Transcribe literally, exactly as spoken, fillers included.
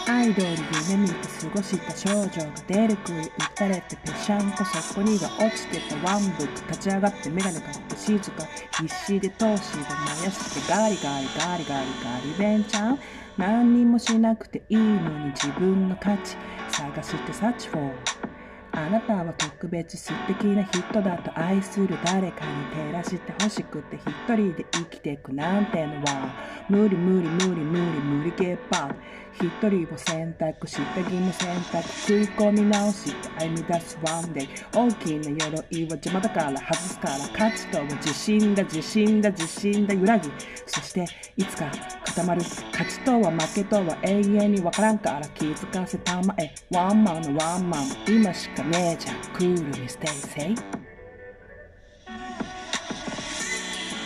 アイドル夢見て過ごした少女が出る杭打たれてぺしゃんこ、そこには落ちてたワンブック。立ち上がってメガネかけて静か必死で闘志を燃やしてガリガリガリガリガリベンちゃん。何にもしなくていいのに自分の価値探してサーチフォー。あなたは特別素敵な人だと愛する誰かに照らして欲しくて一人で生きていくなんてのは無理無理無理無理無理ゲッパー。一人を選択下着の選択食い込み直して歩み出すワンデー。大きな鎧は邪魔だから外すから勝つとは自信だ自信だ自信だ揺らぎ。そしていつか固まる勝ちとは負けとは永遠にわからんから気づかせたまえ。ワンマンのワンマン今しかねえじゃんクールにステイセイ。